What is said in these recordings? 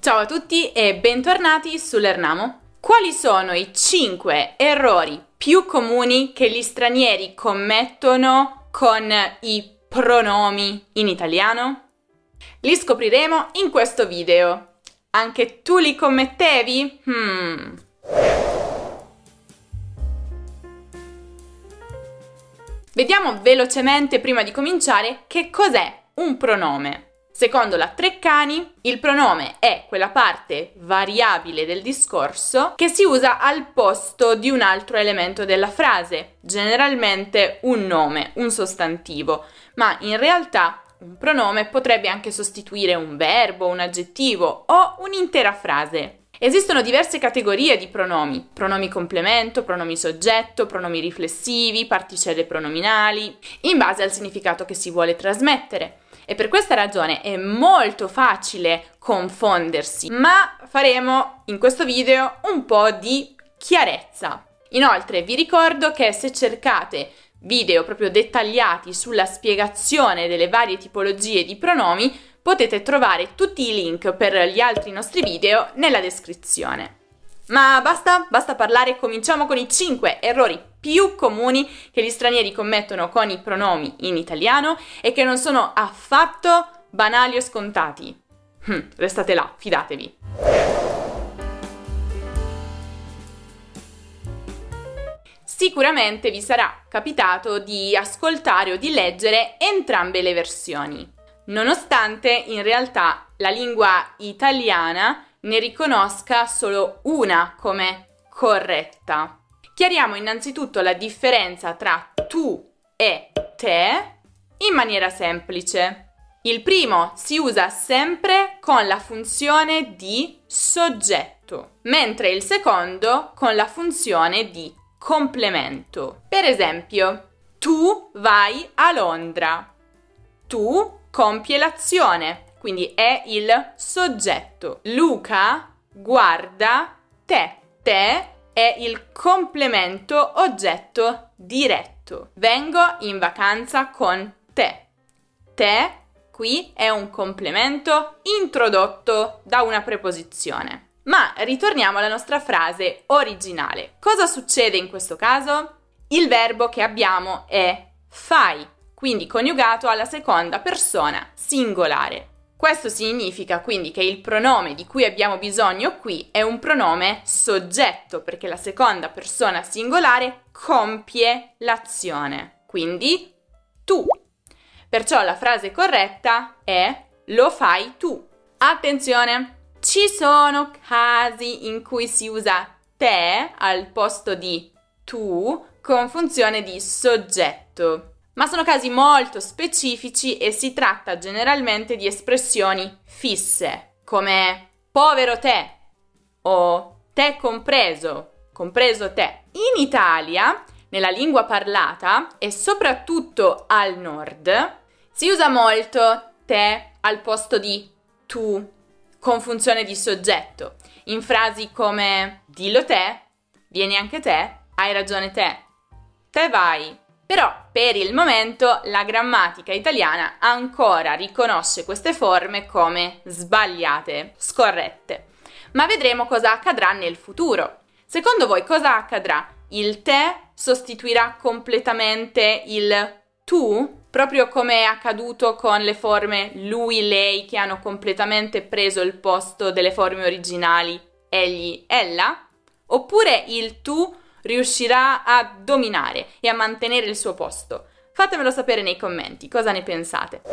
Ciao a tutti e bentornati su Learnamo. Quali sono i 5 errori più comuni che gli stranieri commettono con i pronomi in italiano? Li scopriremo in questo video. Anche tu li commettevi? Vediamo velocemente, prima di cominciare, che cos'è un pronome. Secondo la Treccani, il pronome è quella parte variabile del discorso che si usa al posto di un altro elemento della frase, generalmente un nome, un sostantivo, ma in realtà un pronome potrebbe anche sostituire un verbo, un aggettivo o un'intera frase. Esistono diverse categorie di pronomi complemento, pronomi soggetto, pronomi riflessivi, particelle pronominali, in base al significato che si vuole trasmettere. E per questa ragione è molto facile confondersi, ma faremo in questo video un po' di chiarezza. Inoltre vi ricordo che se cercate video proprio dettagliati sulla spiegazione delle varie tipologie di pronomi, potete trovare tutti i link per gli altri nostri video nella descrizione. Ma basta parlare, cominciamo con i 5 errori più comuni che gli stranieri commettono con i pronomi in italiano e che non sono affatto banali o scontati. Restate là, fidatevi. Sicuramente vi sarà capitato di ascoltare o di leggere entrambe le versioni, nonostante in realtà la lingua italiana ne riconosca solo una come corretta. Chiariamo innanzitutto la differenza tra tu e te in maniera semplice. Il primo si usa sempre con la funzione di soggetto, mentre il secondo con la funzione di complemento. Per esempio, tu vai a Londra. Tu compie l'azione, quindi è il soggetto. Luca guarda te. Te è il complemento oggetto diretto. Vengo in vacanza con te. Te qui è un complemento introdotto da una preposizione. Ma ritorniamo alla nostra frase originale. Cosa succede in questo caso? Il verbo che abbiamo è fai, quindi coniugato alla seconda persona singolare. Questo significa quindi che il pronome di cui abbiamo bisogno qui è un pronome soggetto, perché la seconda persona singolare compie l'azione, quindi tu. Perciò la frase corretta è lo fai tu. Attenzione! Ci sono casi in cui si usa te al posto di tu con funzione di soggetto. Ma sono casi molto specifici e si tratta generalmente di espressioni fisse, come povero te o te compreso, compreso te. In Italia, nella lingua parlata e soprattutto al nord, si usa molto te al posto di tu con funzione di soggetto. In frasi come dillo te, vieni anche te, hai ragione te, te vai. Però per il momento la grammatica italiana ancora riconosce queste forme come sbagliate, scorrette. Ma vedremo cosa accadrà nel futuro. Secondo voi cosa accadrà? Il te sostituirà completamente il tu? Proprio come è accaduto con le forme lui, lei che hanno completamente preso il posto delle forme originali egli, ella? Oppure il tu riuscirà a dominare e a mantenere il suo posto? Fatemelo sapere nei commenti, cosa ne pensate?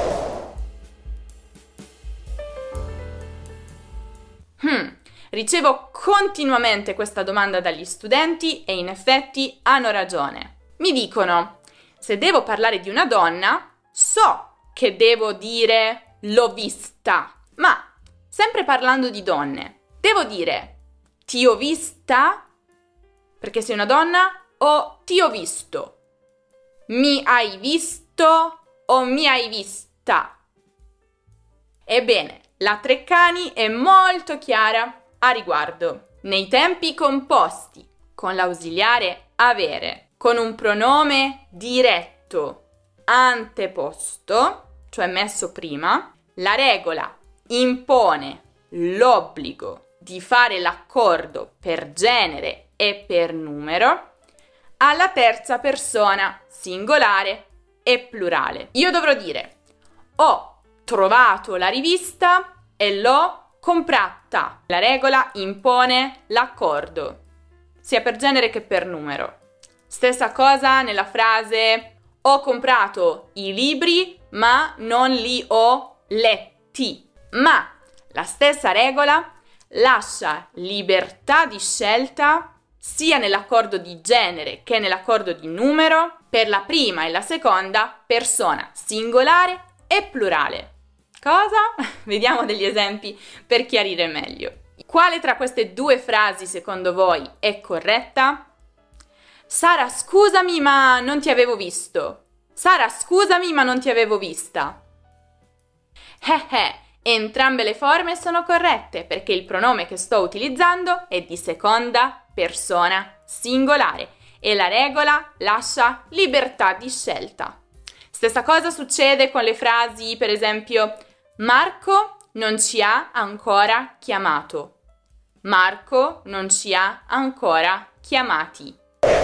Ricevo continuamente questa domanda dagli studenti e in effetti hanno ragione. Mi dicono, se devo parlare di una donna, so che devo dire l'ho vista, ma sempre parlando di donne, devo dire ti ho vista? Perché sei una donna, o ti ho visto? Mi hai visto o mi hai vista? Ebbene, la Treccani è molto chiara a riguardo. Nei tempi composti, con l'ausiliare avere, con un pronome diretto anteposto, cioè messo prima, la regola impone l'obbligo di fare l'accordo per genere e per numero alla terza persona singolare e plurale. Io dovrò dire: ho trovato la rivista e l'ho comprata. La regola impone l'accordo, sia per genere che per numero. Stessa cosa nella frase: ho comprato i libri ma non li ho letti. Ma la stessa regola lascia libertà di scelta sia nell'accordo di genere che nell'accordo di numero per la prima e la seconda persona singolare e plurale. Cosa? Vediamo degli esempi per chiarire meglio. Quale tra queste due frasi secondo voi è corretta? Sara, scusami, ma non ti avevo visto. Sara, scusami, ma non ti avevo vista. Entrambe le forme sono corrette perché il pronome che sto utilizzando è di seconda persona singolare e la regola lascia libertà di scelta. Stessa cosa succede con le frasi, per esempio: Marco non ci ha ancora chiamato. Marco non ci ha ancora chiamati.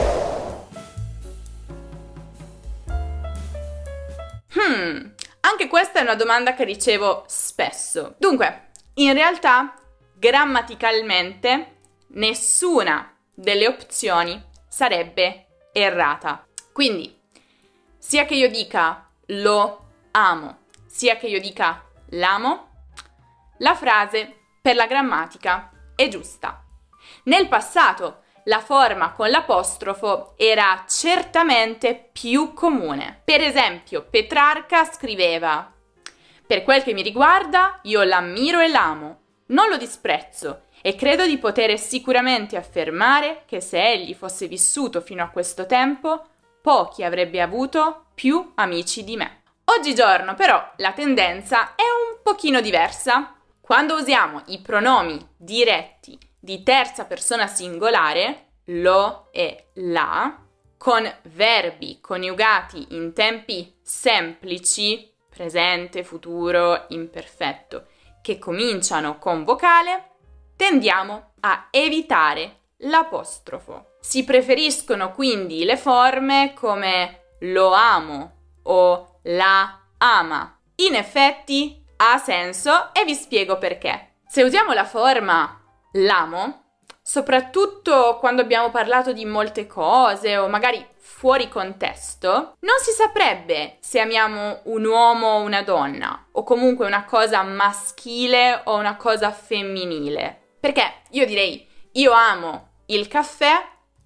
Anche questa è una domanda che ricevo spesso. Dunque, in realtà, grammaticalmente, nessuna delle opzioni sarebbe errata. Quindi, sia che io dica lo amo, sia che io dica l'amo, la frase per la grammatica è giusta. Nel passato, la forma con l'apostrofo era certamente più comune. Per esempio, Petrarca scriveva: per quel che mi riguarda, io l'ammiro e l'amo, non lo disprezzo e credo di poter sicuramente affermare che se egli fosse vissuto fino a questo tempo, pochi avrebbe avuto più amici di me. Oggigiorno, però, la tendenza è un pochino diversa. Quando usiamo i pronomi diretti di terza persona singolare, lo e la, con verbi coniugati in tempi semplici, presente, futuro, imperfetto, che cominciano con vocale, tendiamo a evitare l'apostrofo. Si preferiscono quindi le forme come lo amo o la ama. In effetti ha senso e vi spiego perché. Se usiamo la forma l'amo, soprattutto quando abbiamo parlato di molte cose o magari fuori contesto, non si saprebbe se amiamo un uomo o una donna, o comunque una cosa maschile o una cosa femminile. Perché io direi: io amo il caffè,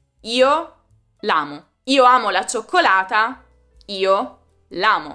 io l'amo. Io amo la cioccolata, io l'amo.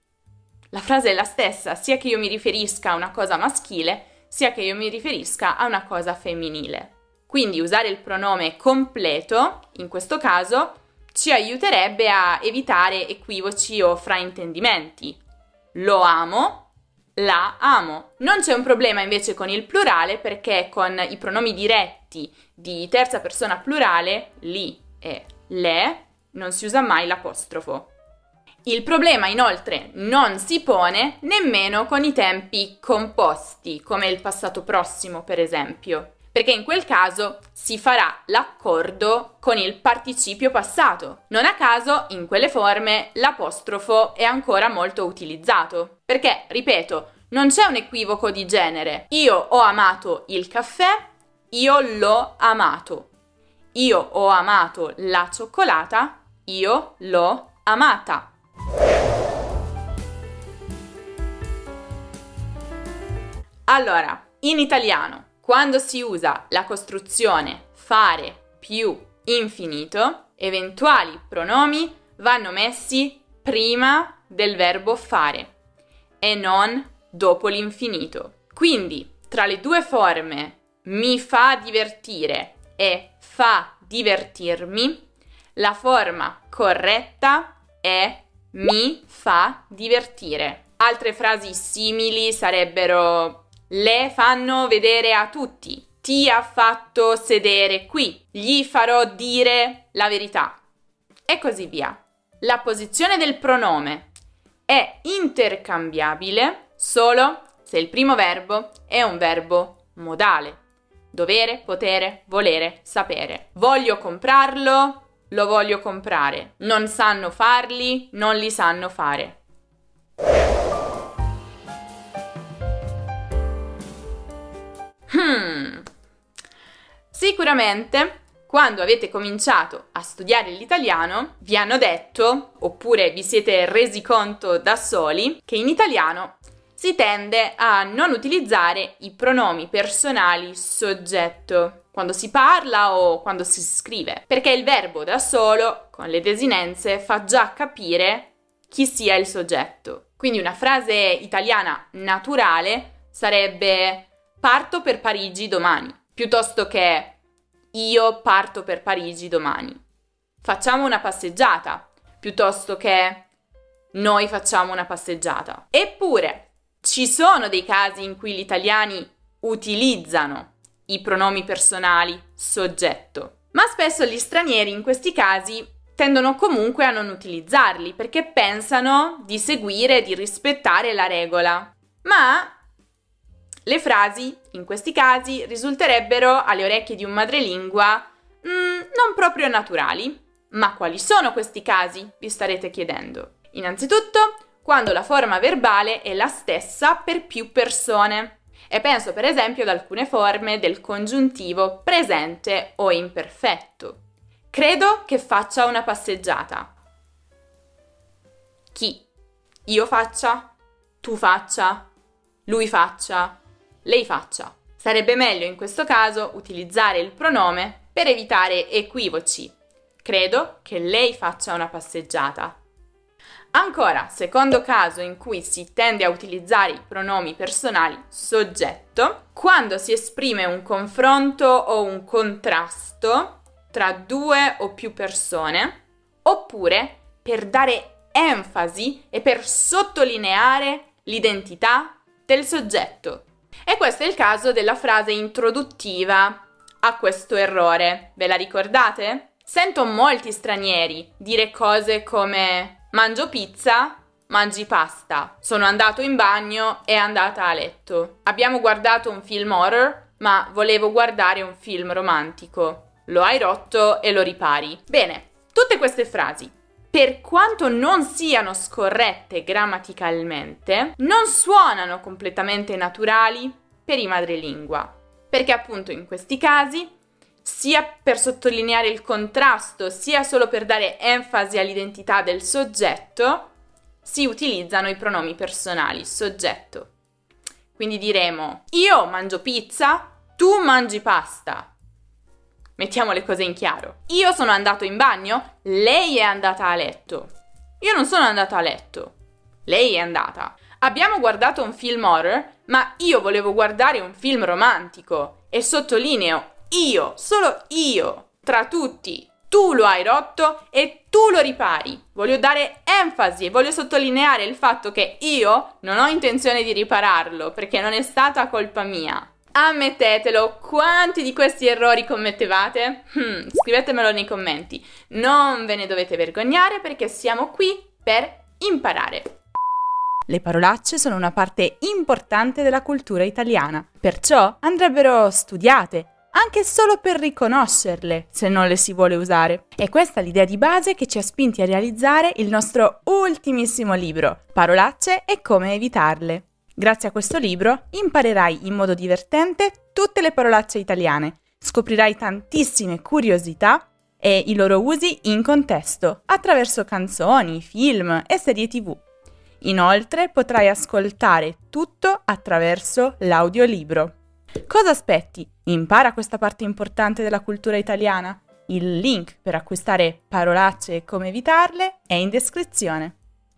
La frase è la stessa, sia che io mi riferisca a una cosa maschile, sia che io mi riferisca a una cosa femminile. Quindi usare il pronome completo, in questo caso, ci aiuterebbe a evitare equivoci o fraintendimenti. Lo amo, la amo. Non c'è un problema invece con il plurale perché con i pronomi diretti di terza persona plurale, li e le, non si usa mai l'apostrofo. Il problema inoltre non si pone nemmeno con i tempi composti, come il passato prossimo per esempio, perché in quel caso si farà l'accordo con il participio passato. Non a caso in quelle forme l'apostrofo è ancora molto utilizzato, perché, ripeto, non c'è un equivoco di genere. Io ho amato il caffè, io l'ho amato. Io ho amato la cioccolata, io l'ho amata. Allora, in italiano, quando si usa la costruzione fare più infinito, eventuali pronomi vanno messi prima del verbo fare e non dopo l'infinito. Quindi, tra le due forme mi fa divertire e fa divertirmi, la forma corretta è mi fa divertire. Altre frasi simili sarebbero: le fanno vedere a tutti, ti ha fatto sedere qui, gli farò dire la verità, e così via. La posizione del pronome è intercambiabile solo se il primo verbo è un verbo modale. Dovere, potere, volere, sapere. Voglio comprarlo, lo voglio comprare. Non sanno farli, non li sanno fare. Sicuramente, quando avete cominciato a studiare l'italiano, vi hanno detto, oppure vi siete resi conto da soli, che in italiano si tende a non utilizzare i pronomi personali soggetto quando si parla o quando si scrive, perché il verbo da solo, con le desinenze, fa già capire chi sia il soggetto. Quindi una frase italiana naturale sarebbe parto per Parigi domani, piuttosto che io parto per Parigi domani. Facciamo una passeggiata, piuttosto che noi facciamo una passeggiata. Eppure, ci sono dei casi in cui gli italiani utilizzano i pronomi personali soggetto, ma spesso gli stranieri in questi casi tendono comunque a non utilizzarli perché pensano di seguire, di rispettare la regola. Ma le frasi, in questi casi, risulterebbero alle orecchie di un madrelingua non proprio naturali. Ma quali sono questi casi? Vi starete chiedendo. Innanzitutto, quando la forma verbale è la stessa per più persone. E penso per esempio ad alcune forme del congiuntivo presente o imperfetto. Credo che faccia una passeggiata. Chi? Io faccia? Tu faccia? Lui faccia? Lei faccia. Sarebbe meglio in questo caso utilizzare il pronome per evitare equivoci. Credo che lei faccia una passeggiata. Ancora, secondo caso in cui si tende a utilizzare i pronomi personali soggetto, quando si esprime un confronto o un contrasto tra due o più persone, oppure per dare enfasi e per sottolineare l'identità del soggetto. E questo è il caso della frase introduttiva a questo errore. Ve la ricordate? Sento molti stranieri dire cose come mangio pizza, mangi pasta, sono andato in bagno e andata a letto. Abbiamo guardato un film horror, ma volevo guardare un film romantico. Lo hai rotto e lo ripari. Bene, tutte queste frasi, per quanto non siano scorrette grammaticalmente, non suonano completamente naturali per i madrelingua, perché appunto in questi casi, sia per sottolineare il contrasto, sia solo per dare enfasi all'identità del soggetto, si utilizzano i pronomi personali soggetto. Quindi diremo: io mangio pizza, tu mangi pasta. Mettiamo le cose in chiaro. Io sono andato in bagno, lei è andata a letto. Io non sono andato a letto, lei è andata. Abbiamo guardato un film horror, ma io volevo guardare un film romantico. E sottolineo io, solo io, tra tutti. Tu lo hai rotto e tu lo ripari. Voglio dare enfasi e voglio sottolineare il fatto che io non ho intenzione di ripararlo, perché non è stata colpa mia. Ammettetelo, quanti di questi errori commettevate? Scrivetemelo nei commenti. Non ve ne dovete vergognare perché siamo qui per imparare. Le parolacce sono una parte importante della cultura italiana, perciò andrebbero studiate, anche solo per riconoscerle, se non le si vuole usare. E questa è l'idea di base che ci ha spinti a realizzare il nostro ultimissimo libro, Parolacce e come evitarle. Grazie a questo libro imparerai in modo divertente tutte le parolacce italiane, scoprirai tantissime curiosità e i loro usi in contesto, attraverso canzoni, film e serie TV. Inoltre potrai ascoltare tutto attraverso l'audiolibro. Cosa aspetti? Impara questa parte importante della cultura italiana. Il link per acquistare Parolacce e come evitarle è in descrizione.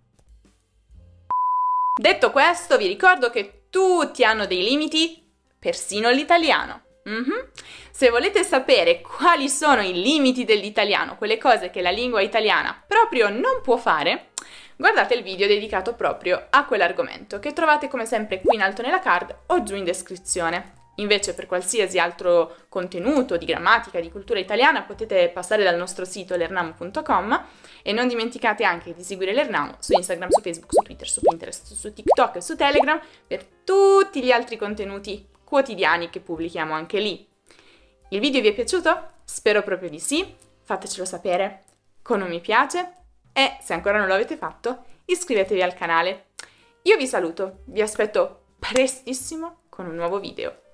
Detto questo, vi ricordo che tutti hanno dei limiti, persino l'italiano. Se volete sapere quali sono i limiti dell'italiano, quelle cose che la lingua italiana proprio non può fare, guardate il video dedicato proprio a quell'argomento, che trovate come sempre qui in alto nella card o giù in descrizione. Invece per qualsiasi altro contenuto di grammatica, di cultura italiana potete passare dal nostro sito lernamo.com e non dimenticate anche di seguire Lernamo su Instagram, su Facebook, su Twitter, su Pinterest, su TikTok e su Telegram per tutti gli altri contenuti quotidiani che pubblichiamo anche lì. Il video vi è piaciuto? Spero proprio di sì, fatecelo sapere con un mi piace e se ancora non lo avete fatto iscrivetevi al canale. Io vi saluto, vi aspetto prestissimo con un nuovo video.